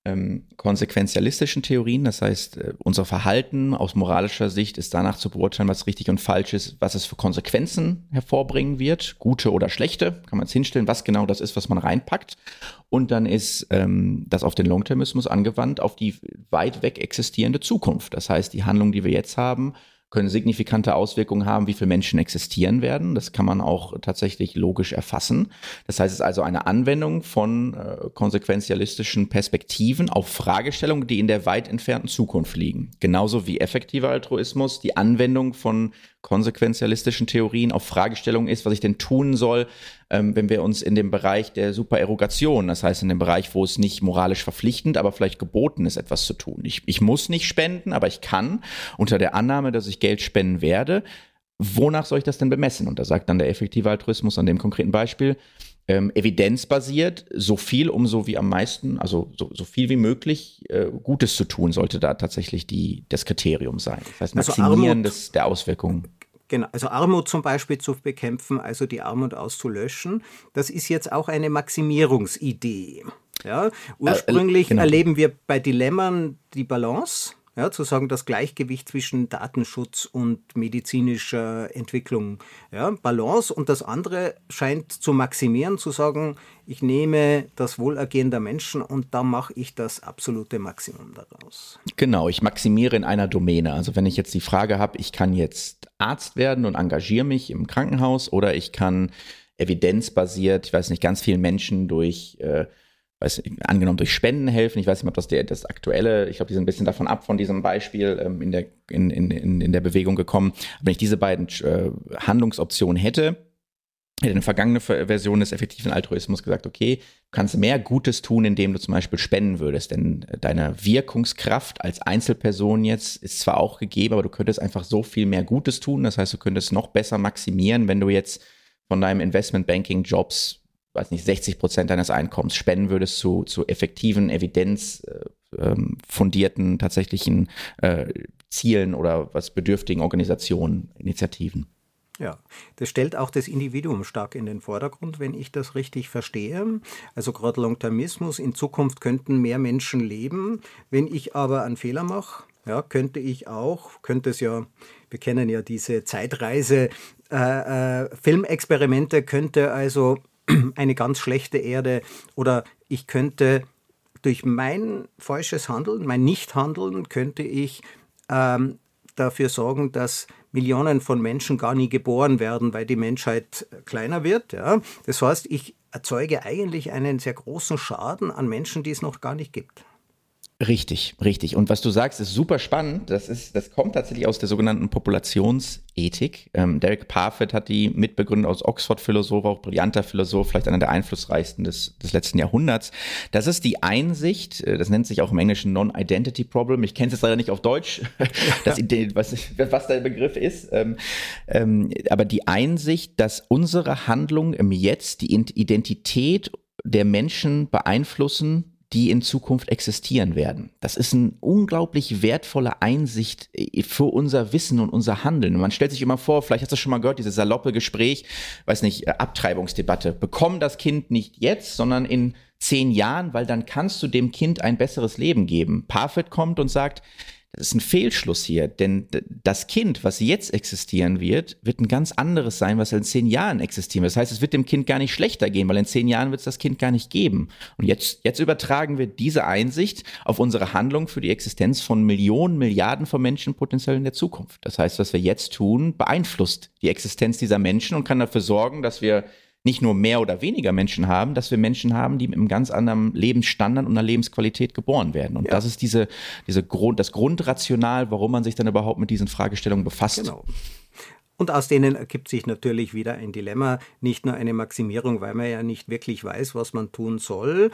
konsequenzialistischen Theorien, das heißt, unser Verhalten aus moralischer Sicht ist danach zu beurteilen, was richtig und falsch ist, was es für Konsequenzen hervorbringen wird, gute oder schlechte, kann man es hinstellen, was genau das ist, was man reinpackt. Und dann ist das auf den Longtermismus angewandt, auf die weit weg existierende Zukunft. Das heißt, die Handlungen, die wir jetzt haben, können signifikante Auswirkungen haben, wie viele Menschen existieren werden. Das kann man auch tatsächlich logisch erfassen. Das heißt, es ist also eine Anwendung von konsequenzialistischen Perspektiven auf Fragestellungen, die in der weit entfernten Zukunft liegen. Genauso wie effektiver Altruismus die Anwendung von konsequenzialistischen Theorien auf Fragestellungen ist, was ich denn tun soll, wenn wir uns in dem Bereich der Supererogation, das heißt in dem Bereich, wo es nicht moralisch verpflichtend, aber vielleicht geboten ist, etwas zu tun. Ich muss nicht spenden, aber ich kann unter der Annahme, dass ich Geld spenden werde. Wonach soll ich das denn bemessen? Und da sagt dann der effektive Altruismus an dem konkreten Beispiel, evidenzbasiert, so viel umso wie am meisten, also so viel wie möglich Gutes zu tun, sollte da tatsächlich das Kriterium sein. Das heißt, Maximieren der Auswirkungen. Genau, also Armut zum Beispiel zu bekämpfen, also die Armut auszulöschen, das ist jetzt auch eine Maximierungsidee. Ja, ursprünglich erleben wir bei Dilemmen die Balance. Ja, zu sagen, das Gleichgewicht zwischen Datenschutz und medizinischer Entwicklung. Ja, Balance, und das andere scheint zu maximieren, zu sagen, ich nehme das Wohlergehen der Menschen und da mache ich das absolute Maximum daraus. Genau, ich maximiere in einer Domäne. Also wenn ich jetzt die Frage habe, ich kann jetzt Arzt werden und engagiere mich im Krankenhaus, oder ich kann evidenzbasiert, ich weiß nicht, ganz vielen Menschen angenommen durch Spenden helfen. Ich weiß nicht, ob das aktuelle, ich glaube, die sind ein bisschen davon ab von diesem Beispiel in der Bewegung gekommen. Aber wenn ich diese beiden Handlungsoptionen hätte eine vergangene Version des effektiven Altruismus gesagt, okay, du kannst mehr Gutes tun, indem du zum Beispiel spenden würdest, denn deine Wirkungskraft als Einzelperson jetzt ist zwar auch gegeben, aber du könntest einfach so viel mehr Gutes tun. Das heißt, du könntest noch besser maximieren, wenn du jetzt von deinem Investment-Banking-Jobs 60% deines Einkommens spenden würdest zu effektiven, evidenzfundierten, tatsächlichen Zielen oder bedürftigen Organisationen, Initiativen. Ja, das stellt auch das Individuum stark in den Vordergrund, wenn ich das richtig verstehe. Also gerade Longtermismus, in Zukunft könnten mehr Menschen leben. Wenn ich aber einen Fehler mache, ja, wir kennen ja diese Zeitreise, Filmexperimente, könnte also eine ganz schlechte Erde, oder ich könnte durch mein falsches Handeln, mein Nichthandeln, könnte ich dafür sorgen, dass Millionen von Menschen gar nie geboren werden, weil die Menschheit kleiner wird. Ja. Das heißt, ich erzeuge eigentlich einen sehr großen Schaden an Menschen, die es noch gar nicht gibt. Richtig. Und was du sagst, ist super spannend. Das kommt tatsächlich aus der sogenannten Populationsethik. Derek Parfit hat die mitbegründet, aus Oxford-Philosoph, auch brillanter Philosoph, vielleicht einer der einflussreichsten des letzten Jahrhunderts. Das ist die Einsicht, das nennt sich auch im Englischen Non-Identity Problem. Ich kenne es jetzt leider nicht auf Deutsch, was der Begriff ist. Aber die Einsicht, dass unsere Handlungen im Jetzt die Identität der Menschen beeinflussen, die in Zukunft existieren werden. Das ist eine unglaublich wertvolle Einsicht für unser Wissen und unser Handeln. Und man stellt sich immer vor, vielleicht hast du schon mal gehört, dieses saloppe Gespräch, Abtreibungsdebatte. Bekomm das Kind nicht jetzt, sondern in 10 Jahren, weil dann kannst du dem Kind ein besseres Leben geben. Parfit kommt und sagt, das ist ein Fehlschluss hier, denn das Kind, was jetzt existieren wird ein ganz anderes sein, was in 10 Jahren existieren wird. Das heißt, es wird dem Kind gar nicht schlechter gehen, weil in 10 Jahren wird es das Kind gar nicht geben. Und jetzt übertragen wir diese Einsicht auf unsere Handlung für die Existenz von Millionen, Milliarden von Menschen potenziell in der Zukunft. Das heißt, was wir jetzt tun, beeinflusst die Existenz dieser Menschen und kann dafür sorgen, dass wir nicht nur mehr oder weniger Menschen haben, dass wir Menschen haben, die mit einem ganz anderen Lebensstandard und einer Lebensqualität geboren werden. Und das ist das Grundrational, warum man sich dann überhaupt mit diesen Fragestellungen befasst. Genau. Und aus denen ergibt sich natürlich wieder ein Dilemma, nicht nur eine Maximierung, weil man ja nicht wirklich weiß, was man tun soll.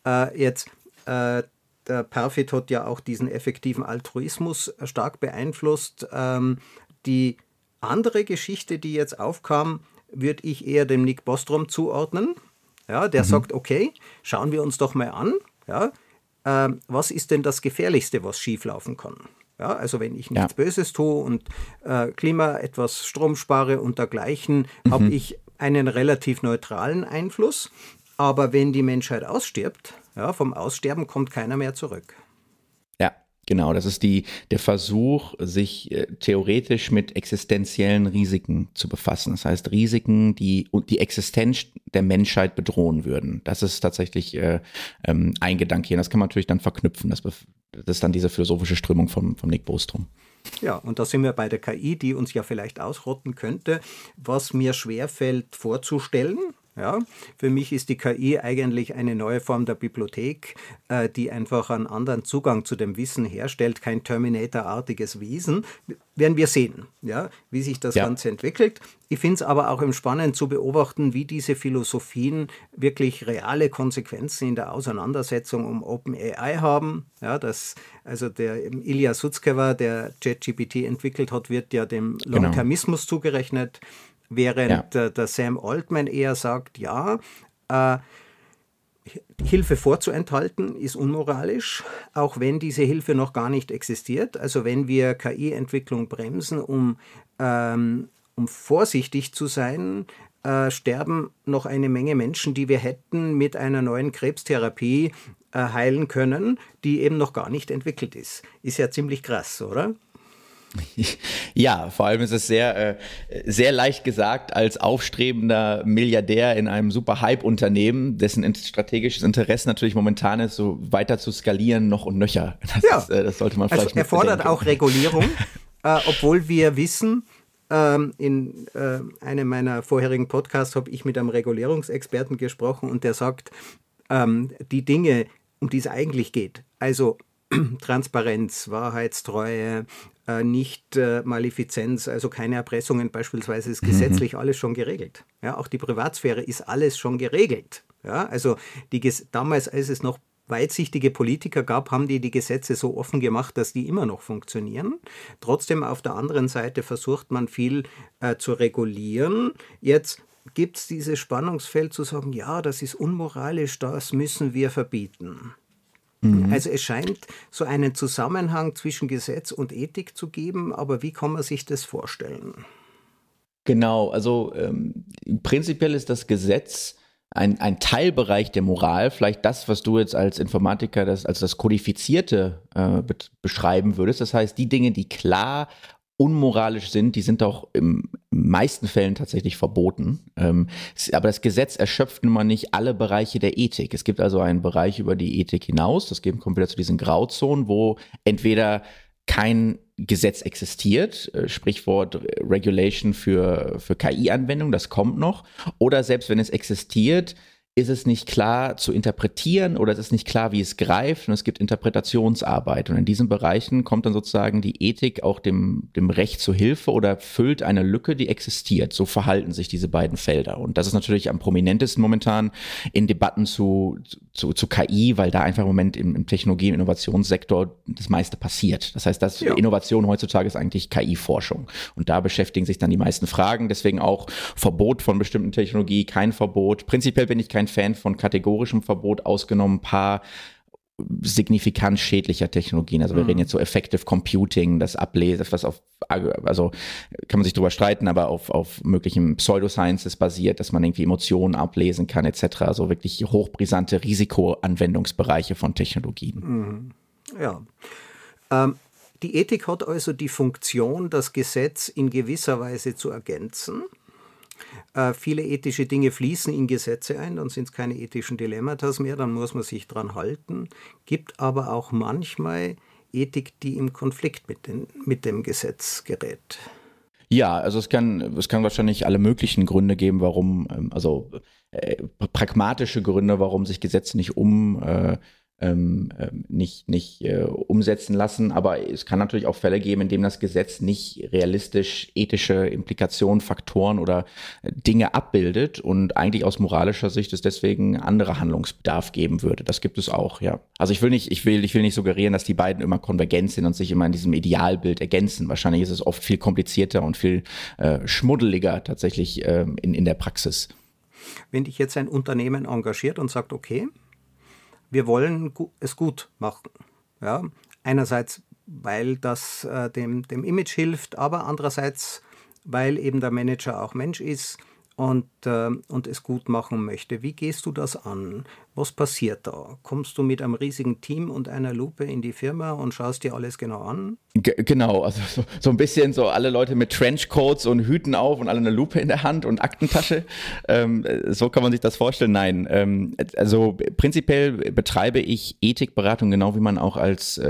Der Parfit hat ja auch diesen effektiven Altruismus stark beeinflusst. Die andere Geschichte, die jetzt aufkam, würde ich eher dem Nick Bostrom zuordnen. Ja, der sagt, okay, schauen wir uns doch mal an, ja, was ist denn das Gefährlichste, was schieflaufen kann? Ja, also wenn ich nichts Böses tue und Klima, etwas Strom spare und dergleichen, habe ich einen relativ neutralen Einfluss. Aber wenn die Menschheit ausstirbt, ja, vom Aussterben kommt keiner mehr zurück. Ja, genau. Das ist der Versuch, sich theoretisch mit existenziellen Risiken zu befassen. Das heißt, Risiken, die die Existenz der Menschheit bedrohen würden. Das ist tatsächlich ein Gedanke hier. Das kann man natürlich dann verknüpfen. Das ist dann diese philosophische Strömung vom Nick Bostrom. Ja, und da sind wir bei der KI, die uns ja vielleicht ausrotten könnte, was mir schwerfällt vorzustellen. Ja, für mich ist die KI eigentlich eine neue Form der Bibliothek, die einfach einen anderen Zugang zu dem Wissen herstellt, kein Terminator-artiges Wesen. Werden wir sehen, ja, wie sich das Ganze entwickelt. Ich finde es aber auch spannend zu beobachten, wie diese Philosophien wirklich reale Konsequenzen in der Auseinandersetzung um OpenAI haben. Ja, also der Ilya Sutskever, der ChatGPT entwickelt hat, wird ja dem Long-Termismus zugerechnet. Während der Sam Altman eher sagt, Hilfe vorzuenthalten ist unmoralisch, auch wenn diese Hilfe noch gar nicht existiert. Also wenn wir KI-Entwicklung bremsen, um vorsichtig zu sein, sterben noch eine Menge Menschen, die wir hätten mit einer neuen Krebstherapie heilen können, die eben noch gar nicht entwickelt ist. Ist ja ziemlich krass, oder? Ja, vor allem ist es sehr, sehr leicht gesagt als aufstrebender Milliardär in einem super Hype-Unternehmen, dessen strategisches Interesse natürlich momentan ist, so weiter zu skalieren, noch und nöcher. Das sollte man vielleicht er fordert auch Regulierung, obwohl wir wissen, in einem meiner vorherigen Podcasts habe ich mit einem Regulierungsexperten gesprochen und der sagt, die Dinge, um die es eigentlich geht, also Transparenz, Wahrheitstreue, nicht Malefizenz, also keine Erpressungen beispielsweise, ist gesetzlich alles schon geregelt. Ja, auch die Privatsphäre ist alles schon geregelt. Ja, also damals, als es noch weitsichtige Politiker gab, haben die Gesetze so offen gemacht, dass die immer noch funktionieren. Trotzdem auf der anderen Seite versucht man viel zu regulieren. Jetzt gibt es dieses Spannungsfeld zu sagen, ja, das ist unmoralisch, das müssen wir verbieten. Also es scheint so einen Zusammenhang zwischen Gesetz und Ethik zu geben, aber wie kann man sich das vorstellen? Genau, also prinzipiell ist das Gesetz ein Teilbereich der Moral, vielleicht das, was du jetzt als Informatiker als das Kodifizierte beschreiben würdest. Das heißt, die Dinge, die klar unmoralisch sind, die sind auch in meisten Fällen tatsächlich verboten. Aber das Gesetz erschöpft nun mal nicht alle Bereiche der Ethik. Es gibt also einen Bereich über die Ethik hinaus, das kommt wieder zu diesen Grauzonen, wo entweder kein Gesetz existiert, Sprichwort Regulation für KI-Anwendung, das kommt noch, oder selbst wenn es existiert, ist es nicht klar zu interpretieren oder es ist nicht klar, wie es greift und es gibt Interpretationsarbeit. Und in diesen Bereichen kommt dann sozusagen die Ethik auch dem Recht zu Hilfe oder füllt eine Lücke, die existiert. So verhalten sich diese beiden Felder. Und das ist natürlich am prominentesten momentan in Debatten zu KI, weil da einfach im Moment im Technologie- und Innovationssektor das meiste passiert. Das heißt, Innovation heutzutage ist eigentlich KI-Forschung. Und da beschäftigen sich dann die meisten Fragen. Deswegen auch Verbot von bestimmten Technologie, kein Verbot. Prinzipiell bin ich kein Fan von kategorischem Verbot, ausgenommen ein paar signifikant schädlicher Technologien. Also wir reden jetzt so Effective Computing, das Ablesen, also kann man sich drüber streiten, aber auf möglichen Pseudosciences basiert, dass man irgendwie Emotionen ablesen kann etc. Also wirklich hochbrisante Risikoanwendungsbereiche von Technologien. Ja. Die Ethik hat also die Funktion, das Gesetz in gewisser Weise zu ergänzen. Viele ethische Dinge fließen in Gesetze ein, dann sind es keine ethischen Dilemmata mehr, dann muss man sich dran halten. Gibt aber auch manchmal Ethik, die im Konflikt mit dem Gesetz gerät. Ja, also es kann wahrscheinlich alle möglichen Gründe geben, warum, pragmatische Gründe, warum sich Gesetze nicht umsetzen lassen, aber es kann natürlich auch Fälle geben, in denen das Gesetz nicht realistisch ethische Implikationen, Faktoren oder Dinge abbildet und eigentlich aus moralischer Sicht es deswegen anderer Handlungsbedarf geben würde. Das gibt es auch, ja. Also ich will nicht suggerieren, dass die beiden immer konvergent sind und sich immer in diesem Idealbild ergänzen. Wahrscheinlich ist es oft viel komplizierter und viel schmuddeliger tatsächlich in der Praxis. Wenn dich jetzt ein Unternehmen engagiert und sagt, okay, wir wollen es gut machen. Ja? Einerseits, weil das dem Image hilft, aber andererseits, weil eben der Manager auch Mensch ist und es gut machen möchte. Wie gehst du das an? Was passiert da? Kommst du mit einem riesigen Team und einer Lupe in die Firma und schaust dir alles genau an? Genau, also so ein bisschen so alle Leute mit Trenchcoats und Hüten auf und alle eine Lupe in der Hand und Aktentasche. So kann man sich das vorstellen. Nein, also prinzipiell betreibe ich Ethikberatung genau wie man auch als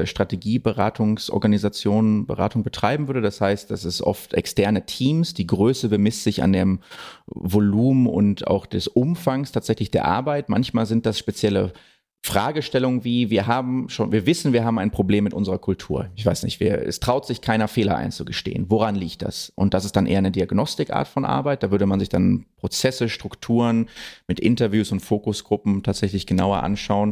Strategieberatungsorganisation Beratung betreiben würde. Das heißt, das ist oft externe Teams. Die Größe bemisst sich an dem Volumen und auch des Umfangs tatsächlich der Arbeit. Manchmal sind das spezielle Fragestellungen wie, wir wissen, wir haben ein Problem mit unserer Kultur. Ich weiß nicht, es traut sich keiner Fehler einzugestehen. Woran liegt das? Und das ist dann eher eine Diagnostikart von Arbeit. Da würde man sich dann Prozesse, Strukturen mit Interviews und Fokusgruppen tatsächlich genauer anschauen.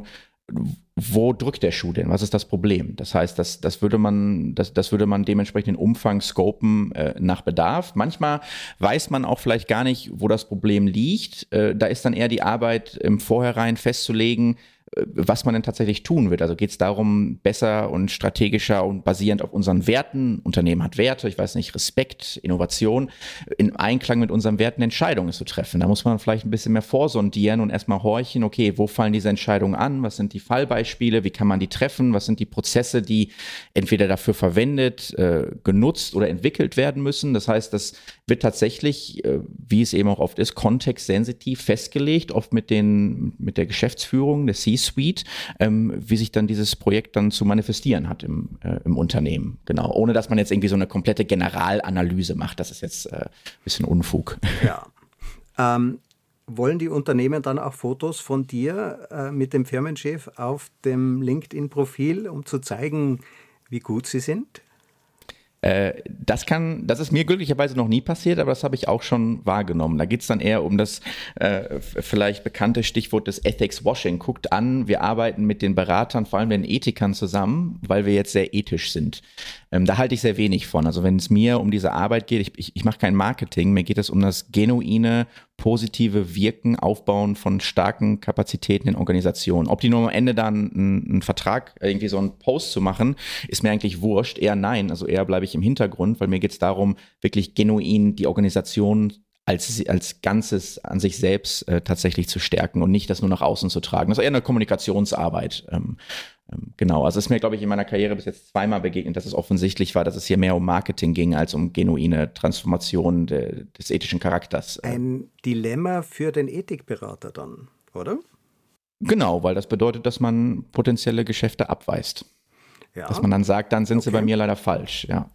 Wo drückt der Schuh denn? Was ist das Problem? Das heißt, das würde man dementsprechend den Umfang scopen nach Bedarf. Manchmal weiß man auch vielleicht gar nicht, wo das Problem liegt. Da ist dann eher die Arbeit im Vorhinein festzulegen, was man denn tatsächlich tun wird. Also geht es darum, besser und strategischer und basierend auf unseren Werten, Unternehmen hat Werte, ich weiß nicht, Respekt, Innovation, in Einklang mit unseren Werten Entscheidungen zu treffen. Da muss man vielleicht ein bisschen mehr vorsondieren und erstmal horchen, okay, wo fallen diese Entscheidungen an, was sind die Fallbeispiele, wie kann man die treffen, was sind die Prozesse, die entweder dafür verwendet, genutzt oder entwickelt werden müssen. Das heißt, das wird tatsächlich, wie es eben auch oft ist, kontextsensitiv festgelegt, oft mit der Geschäftsführung, der C-Suite, wie sich dann dieses Projekt dann zu manifestieren hat im Unternehmen. Genau, ohne dass man jetzt irgendwie so eine komplette Generalanalyse macht. Das ist jetzt ein bisschen Unfug. Ja. Wollen die Unternehmen dann auch Fotos von dir mit dem Firmenchef auf dem LinkedIn-Profil, um zu zeigen, wie gut sie sind? Das ist mir glücklicherweise noch nie passiert, aber das habe ich auch schon wahrgenommen. Da geht es dann eher um das vielleicht bekannte Stichwort des Ethics Washing. Guckt an, wir arbeiten mit den Beratern, vor allem den Ethikern zusammen, weil wir jetzt sehr ethisch sind. Da halte ich sehr wenig von. Also wenn es mir um diese Arbeit geht, ich mache kein Marketing, mir geht es um das genuine, positive Wirken, Aufbauen von starken Kapazitäten in Organisationen. Ob die nur am Ende dann einen Vertrag, irgendwie so einen Post zu machen, ist mir eigentlich wurscht. Eher nein, also eher bleibe ich im Hintergrund, weil mir geht es darum, wirklich genuin die Organisation als Ganzes an sich selbst tatsächlich zu stärken und nicht das nur nach außen zu tragen. Das ist eher eine Kommunikationsarbeit. Genau, also es ist mir, glaube ich, in meiner Karriere bis jetzt zweimal begegnet, dass es offensichtlich war, dass es hier mehr um Marketing ging als um genuine Transformation des ethischen Charakters. Ein Dilemma für den Ethikberater dann, oder? Genau, weil das bedeutet, dass man potenzielle Geschäfte abweist. Ja. Dass man dann sagt, dann sind sie bei mir leider falsch. Ja.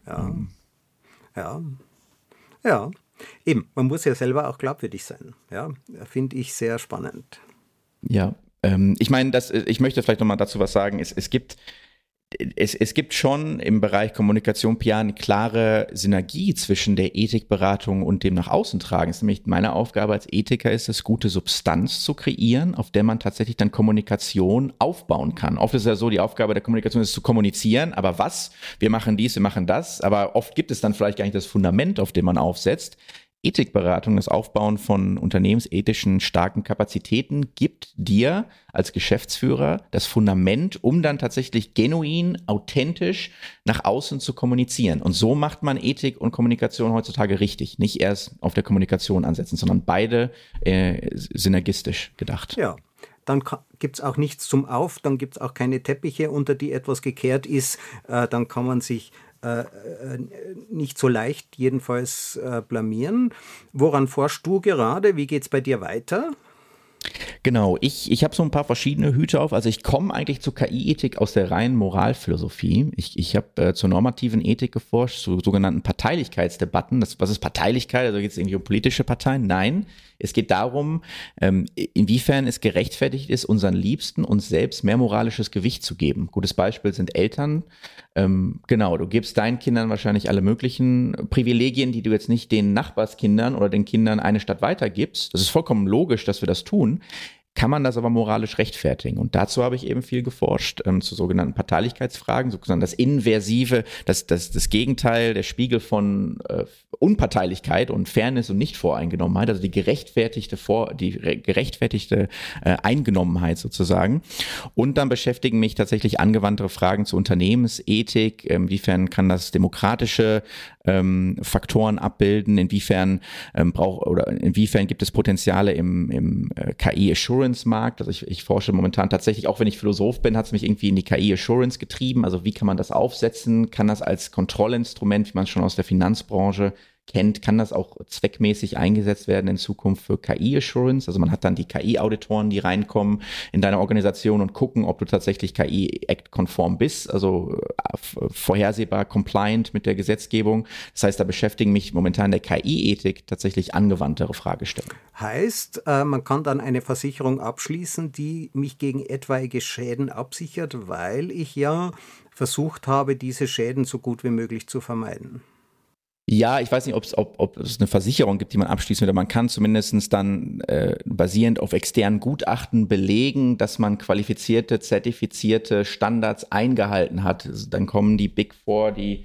Eben, man muss ja selber auch glaubwürdig sein. Ja, finde ich sehr spannend. Ja. Ich meine, ich möchte vielleicht nochmal dazu was sagen. Es gibt schon im Bereich Kommunikation, PR, eine klare Synergie zwischen der Ethikberatung und dem nach außen tragen. Es ist nämlich meine Aufgabe als Ethiker ist es, gute Substanz zu kreieren, auf der man tatsächlich dann Kommunikation aufbauen kann. Oft ist es ja so, die Aufgabe der Kommunikation ist zu kommunizieren, aber was? Wir machen dies, wir machen das, aber oft gibt es dann vielleicht gar nicht das Fundament, auf dem man aufsetzt. Ethikberatung, das Aufbauen von unternehmensethischen starken Kapazitäten gibt dir als Geschäftsführer das Fundament, um dann tatsächlich genuin, authentisch nach außen zu kommunizieren. Und so macht man Ethik und Kommunikation heutzutage richtig. Nicht erst auf der Kommunikation ansetzen, sondern beide synergistisch gedacht. Ja. Dann gibt es auch nichts zum dann gibt es auch keine Teppiche, unter die etwas gekehrt ist. Dann kann man sich nicht so leicht jedenfalls blamieren. Woran forschst du gerade? Wie geht es bei dir weiter? Genau, ich habe so ein paar verschiedene Hüte auf. Also ich komme eigentlich zur KI-Ethik aus der reinen Moralphilosophie. Ich habe zur normativen Ethik geforscht, zu sogenannten Parteilichkeitsdebatten. Was ist Parteilichkeit? Also geht es irgendwie um politische Parteien? Nein, es geht darum, inwiefern es gerechtfertigt ist, unseren Liebsten uns selbst mehr moralisches Gewicht zu geben. Gutes Beispiel sind Eltern. Genau, du gibst deinen Kindern wahrscheinlich alle möglichen Privilegien, die du jetzt nicht den Nachbarskindern oder den Kindern eine Stadt weiter gibst. Das ist vollkommen logisch, dass wir das tun. Kann man das aber moralisch rechtfertigen? Und dazu habe ich eben viel geforscht, zu sogenannten Parteilichkeitsfragen, sozusagen das Inversive, das Gegenteil, der Spiegel von Unparteilichkeit und Fairness und Nichtvoreingenommenheit, also die gerechtfertigte Eingenommenheit sozusagen. Und dann beschäftigen mich tatsächlich angewandtere Fragen zur Unternehmensethik, inwiefern kann das demokratische Faktoren abbilden, inwiefern gibt es Potenziale im KI-Assurance-Markt. Also ich forsche momentan tatsächlich, auch wenn ich Philosoph bin, hat es mich irgendwie in die KI-Assurance getrieben. Also wie kann man das aufsetzen? Kann das als Kontrollinstrument, wie man es schon aus der Finanzbranche kennt, kann das auch zweckmäßig eingesetzt werden in Zukunft für KI-Assurance? Also man hat dann die KI-Auditoren, die reinkommen in deine Organisation und gucken, ob du tatsächlich KI-Act-konform bist, also vorhersehbar compliant mit der Gesetzgebung. Das heißt, da beschäftigen mich momentan der KI-Ethik tatsächlich angewandtere Fragestellungen. Heißt, man kann dann eine Versicherung abschließen, die mich gegen etwaige Schäden absichert, weil ich ja versucht habe, diese Schäden so gut wie möglich zu vermeiden. Ja, ich weiß nicht, ob es eine Versicherung gibt, die man abschließen will. Man kann zumindest dann basierend auf externen Gutachten belegen, dass man qualifizierte, zertifizierte Standards eingehalten hat. Also dann kommen die Big Four, die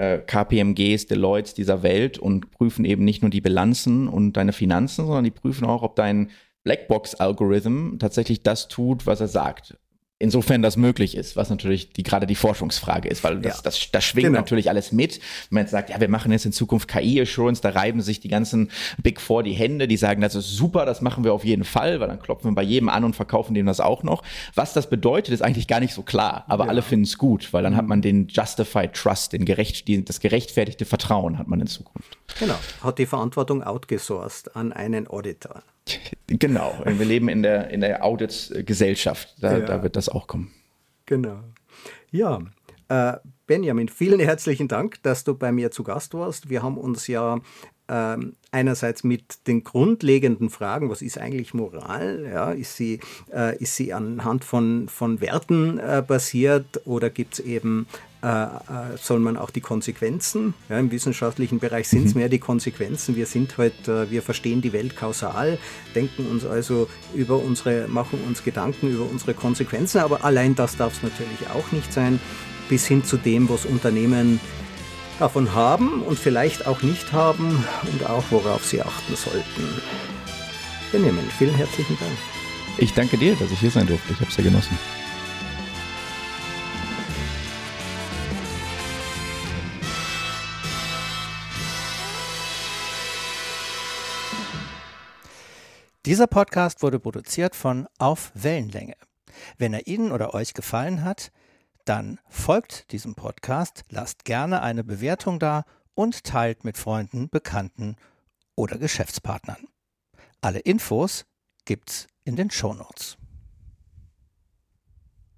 KPMGs, Deloittes dieser Welt und prüfen eben nicht nur die Bilanzen und deine Finanzen, sondern die prüfen auch, ob dein Blackbox-Algorithm tatsächlich das tut, was er sagt. Insofern das möglich ist, was natürlich gerade die Forschungsfrage ist, weil das schwingt natürlich alles mit. Wenn man jetzt sagt, ja, wir machen jetzt in Zukunft KI-Assurance, da reiben sich die ganzen Big Four die Hände, die sagen, das ist super, das machen wir auf jeden Fall, weil dann klopfen wir bei jedem an und verkaufen dem das auch noch. Was das bedeutet, ist eigentlich gar nicht so klar, aber alle finden es gut, weil dann hat man den Justified Trust, das gerechtfertigte Vertrauen hat man in Zukunft. Genau, hat die Verantwortung outgesourced an einen Auditor. Genau, wir leben in der Audit-Gesellschaft, da wird das auch kommen. Genau. Ja, Benjamin, vielen herzlichen Dank, dass du bei mir zu Gast warst. Wir haben uns ja einerseits mit den grundlegenden Fragen, was ist eigentlich Moral? Ja, ist sie anhand von Werten basiert oder gibt es eben soll man auch die Konsequenzen, ja, im wissenschaftlichen Bereich sind es mehr die Konsequenzen, wir verstehen die Welt kausal, machen uns Gedanken über unsere Konsequenzen, aber allein das darf es natürlich auch nicht sein, bis hin zu dem, was Unternehmen davon haben und vielleicht auch nicht haben und auch worauf sie achten sollten. Benjamin, vielen herzlichen Dank. Ich danke dir, dass ich hier sein durfte, ich habe es sehr genossen. Dieser Podcast wurde produziert von Auf Wellenlänge. Wenn er Ihnen oder euch gefallen hat, dann folgt diesem Podcast, lasst gerne eine Bewertung da und teilt mit Freunden, Bekannten oder Geschäftspartnern. Alle Infos gibt's in den Shownotes.